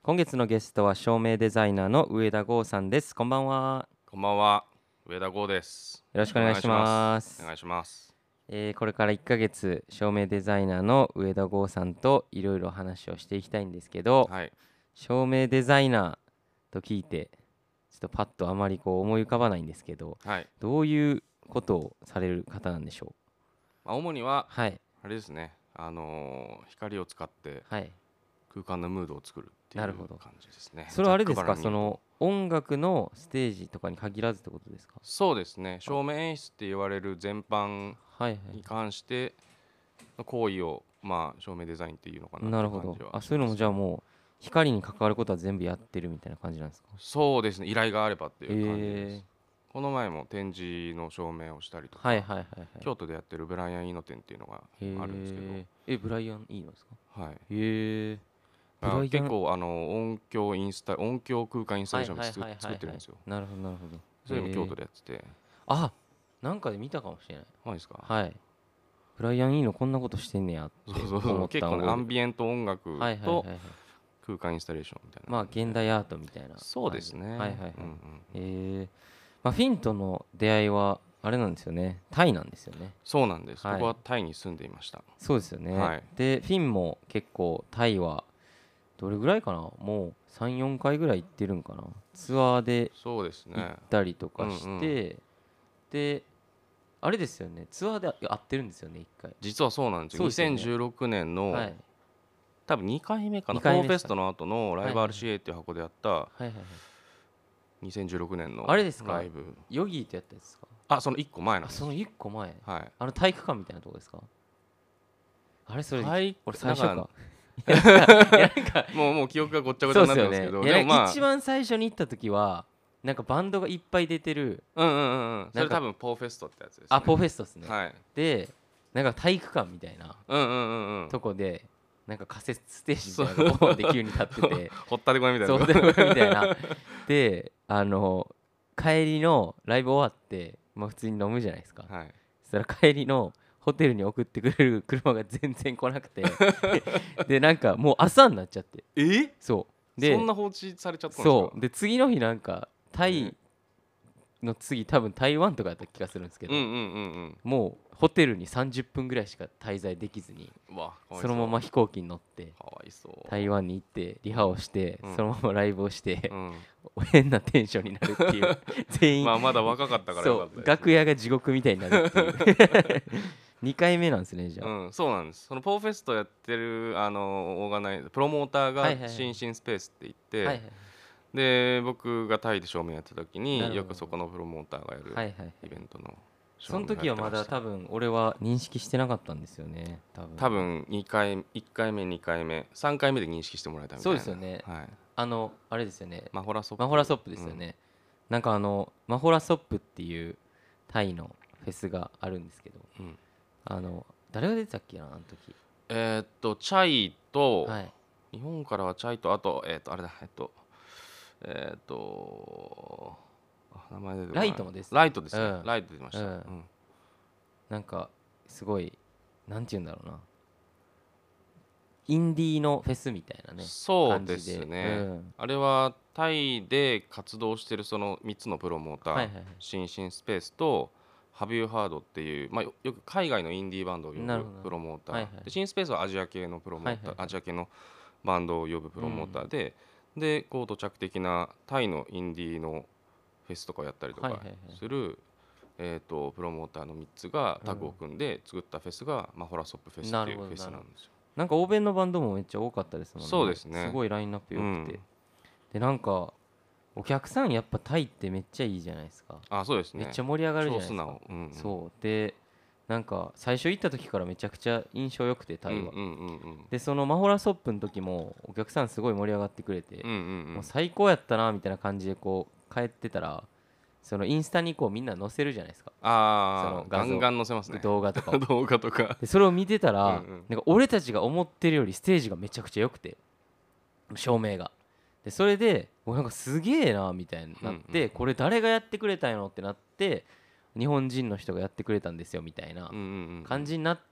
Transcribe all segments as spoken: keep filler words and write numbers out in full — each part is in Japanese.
今月のゲストは照明デザイナーの上田剛さんです。こんばんは。 こんばんは、上田剛です。 よろしくお願いします。 お願いします。 えーこれからいっかげつ照明デザイナーの上田剛さんといろいろ話をしていきたいんですけど、 はい。 照明デザイナーと聞いてちょっとパッとあまりこう思い浮かばないんですけど、 はい。 どういうことをされる方なんでしょう？ まあ、主にははいあれですね。あのー光を使ってはい空間のムードを作るっていうなるほど。 感じですね。 それはあれですか、 ざっくばらんに言うとその音楽のステージとかに限らずってことですか？ そうですね。照明演出って言われる全般はいはに関しての行為をまあ照明デザインっていうのかい。 なっていうなるほど。 感じはしあ、そういうのもますね。 じゃあもう光に関わることは全部やってるみたいな感じなんですか？ そうですね。依頼があればってへいう感じです。 え。 この前も展示の照明をしたりとか、 はいはいはいはい。 京都でやってるブライアン・イノテンっていうのがへあるんですけど、 え。え、ブライアンいいのですか？ はい。 へえ。ブあライアン。 結構あの音響インスタ音響空間インスタレーションはいはいはいはい作作ってるはい。 んですよ。 なるほどなるほど。 それも京都へえ。 でやってて、 あ、なんかで見たかもしれない。 はいですか。 はい。ブライアンいいのこんなことしてんねやってそうそうそう。 思っ結構ねアたの覚えてる。 ンビエント音楽とはいはいはいはい。 空間インスタレーションみたいなまあ感じで。 現代アートみたいな感じ。 そうですね。 はいはいはい。 うんうん。 へえ。まあフィンとの出会いはあれなんですよね。タイなんですよね。 そうなんです。 はい。 僕はタイに住んでいました。 そうですよね。 はい。 で、フィンも結構タイはどれぐらいかな、もうさん、よんかいぐらい行ってるんかな。ツアーでそうです行っね。 たりとかしうんうん。 て、で、あれですよね、ツアーで会ってるんですよね、いっかい。 実はそうなんですよ。 そうですよね。 にせんじゅうろくねんのはい。 多分にかいめかな。 2 フォー回目ですかね。 フェストの後のライブはいはいはい。 アールシーエー っていう箱でやったはいはいはい。 にせんじゅうろくねんのあれですか、 ライブ。 ヨギーとやったやつですか？ あ、そのいっこまえなあ、そのんです。 いっこまえ。 はい。 あの体育館みたいなとこですか？あれそれ、 体俺最なんか初か。いやなんか、いやなんかもうもう記憶がごっちゃごちゃになっそうですよね。 てますけど、 いや、 でもまあ、 一番最初に行った時は、なんかバンドがいっぱい出てる、 うんうんうんうん、そなんか、 れ多分ポーフェストってやつですあ、ポーね。 フェストっすね。 はい。 で、なんか体育館みたいなうんうんうんうん。 とこで、なんか仮設ステージそうみたいなのがボーンって急に立ってて、 ほったて小屋みたいそうな。 でもみたいな。で、あの、帰りのライブ終わって、まあ普通に飲むじゃないですか。 はい。 そしたら帰りのホテルに送ってくれる車が全然来なくて、で、なんかもう朝になっちゃって、 え？ そう。 そんで、 な放置されちゃったんですか？ そう。で、次の日なんか、タえイの次多分台湾とかだった気がするんですけど、 うんうんうんもうホテルにさんじゅっぷんぐらいしか滞在できずに、 うん。うわ、かわいそのまま飛行機に乗ってかわいそう。 台湾に行ってリハをして、 うんそのままライブをして、 うん。 変なテンションになるっていう全員まあまだ若かったからよかそうったです。 楽屋が地獄みたいになるっていうにかいめなんですね、じゃあ。 うん、そうなんです。そのポーフェストやってるあのオーガナイズプロモーターがはいはいはい新進スペースって言って、 はいはいで僕がタイで照明やった時なにるほどよくそこのプロモーターがやるはいはいはい。 イベントのその照明を時はまだやってました。 多分俺は認識してなかったんですよね、多分。 多分にかいいっかいめにかいめさんかいめで認識してもらえたみたいな。 そうですよね。 はい。 あのあれですよね、 マホラソップ。 マホラソップですよね。なんかあのマホラソップっていうタイのフェスがあるんですけど、 うん。うん、 あの誰が出てたっけな、あの時。 えーっとチャイと、 はい。 日本からはチャイとあとえーっとあれだえっとえーっとあ名前出てこない。 ライトもです。 ライトですね。 うんライト出てました。 うんうんなんかすごい、なんて言うんだろうな、インディーのフェスみたいなねそうで感じで。 すね、 うんあれはタイで活動してるそのみっつのプロモーター、 はいはいはい新進スペースとハビューハードっていう、まあ、よよく海外のインディーバンドを呼ぶなるほどプロモーター、 はいはいで新スペースはアジア系のプロモーター、 はいはいはいアジア系のバンドを呼ぶプロモーターで、でこう土着的なタイのインディーのフェスとかをやったりとかはいはいはいする、えー、とプロモーターのみっつがタッグを組んで作ったフェスが、マホラソップフェスっていうフェスなんですよ。 なんか欧米のバンドもめっちゃ多かったですもんね。 そうですねすごいラインナップ良くて、 うんでなんかお客さんやっぱタイってめっちゃいいじゃないですか。 あそうですね、 めっちゃ盛り上がるじゃ超ないですか。 素直、うんうん、 そうで、なんか最初行った時からめちゃくちゃ印象良くてタイは、 うんうんうんうんでそのマホラソップの時もお客さんすごい盛り上がってくれて、 うんうんもう最高やったなみたいな感じでこう帰ってたら、そのインスタにこうみんな載せるじゃないですか、そああの画像ガンガン載せますね動画とかを動画とかでそれを見てたら、 うんうんなんか俺たちが思ってるよりステージがめちゃくちゃ良くて、照明がでそれでもうなんかすげえなみたいになって、 うんうんこれ誰がやってくれたんやろってなって、日本人の人がやってくれたんですよみたいなうんうんうん感じになって、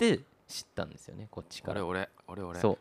知ったんですよね、こっちから。 俺俺俺俺そう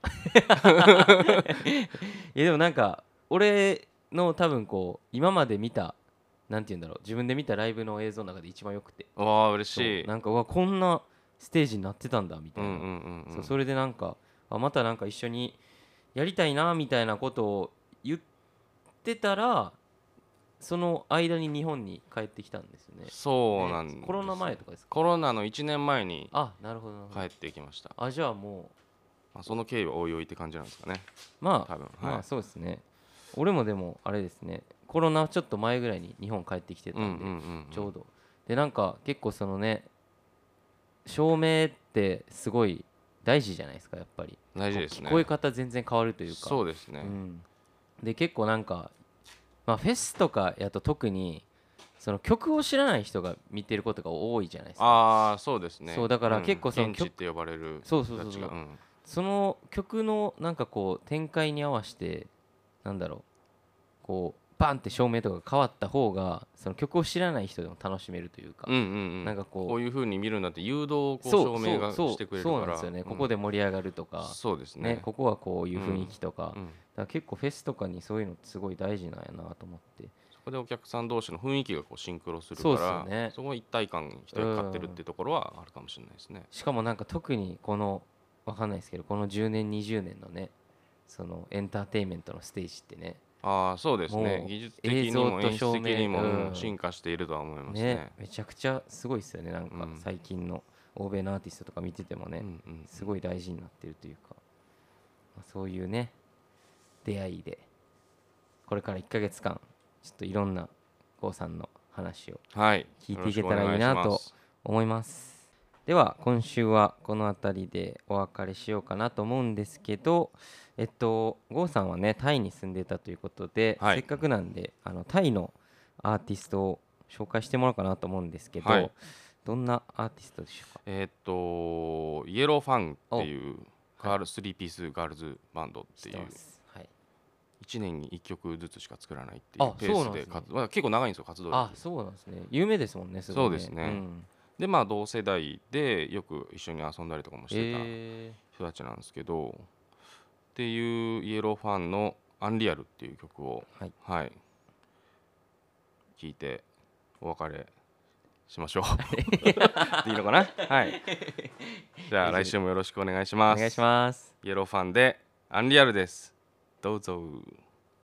いやでもなんか俺の多分こう今まで見たなんて言うんだろう、自分で見たライブの映像の中で一番良くて、 わあ嬉そうしい。 なんかうわこんなステージになってたんだみたいな、 うんうんうんうんそうそれでなんかあまたなんか一緒にやりたいなみたいなことを言ってたら、その間に日本に帰ってきたんですよね。 そうなんです。 ねコロナ前とかですか？ コロナのいちねんまえにあ、なるほどなるほど。 帰ってきました。 あ、じゃあもまあ、その経緯はおいおいって感じなんですかね。 うまあ多分まあはい。 そうですね。俺もでもあれですね、コロナちょっと前ぐらいに日本帰ってきてたうんうんんで、 うんうんちょうどでなんか結構そのね、照明ってすごい大事じゃないですか、やっぱり。 大事ですね。 こう聞こえ方全然変わるというか。 そうですね。 うん、で結構なんか、まあ、フェスとかやと特にその曲を知らない人が見てることが多いじゃないですか。 ああそうですね。 そうだから結構そのうん、現地って呼ばれるそうそうそうそう人たちが。うんその曲のなんかこう展開に合わせてなんだろう、こうバンって照明とか変わった方がその曲を知らない人でも楽しめるというか、 うんうんうん。 なんかこうこういう風に見るんだって誘導をこうそう照明がそうしてくれるから。 そうなんですよね、 うんここで盛り上がるとか、 そうですねね。 ここはこういう雰囲気とか、 うん。 だから結構フェスとかにそういうのってすごい大事なんやなと思って。 そこでお客さん同士の雰囲気がこうシンクロするそうから、 っすよねそこは一体感一人買ってるっていうところはあるかもしれないですね。 しかもなんか特にこのわかんないですけどこのじゅうねんにじゅうねんのね、そのエンターテインメントのステージってね、 ああそうですね。 もう技術的にも演出映像と照明的にも、うんうん進化しているとは思いますねね。 めちゃくちゃすごいですよね。なんかうん最近の欧米のアーティストとか見ててもね、 うんうんすごい大事になってるというか、まあそういうね出会いでこれからいっかげつかんちょっといろんな郷さんの話をはい。 聞いていけたらいいなとよろしくお願いします。 思います。では今週はこの辺りでお別れしようかなと思うんですけど、えっと郷さんはねタイに住んでたということで、 はいせっかくなんであのタイのアーティストを紹介してもらおうかなと思うんですけど、 はいどんなアーティストでしょうか？ えーっとイエローファンっていうガールスリーピースガールズバンドっていう知ってます。はい。 いちねんにいっきょくずつしか作らないっていうあペースそうなんでねです活まあ結構長いんですよ活動あ歴。 そうなんですね。有名ですもんね。すごいそうですねんでまあ同世代でよく一緒に遊んだりとかもしてたえ人たちなんですけど、っていうイエローファンの「アンリアル」っていう曲をはいはい聞いてお別れしましょうでいいのかな。はいじゃあ来週もよろしくお願いしー、 ます。 お願いします。 イエローファンで「アンリアル」です。どうぞ。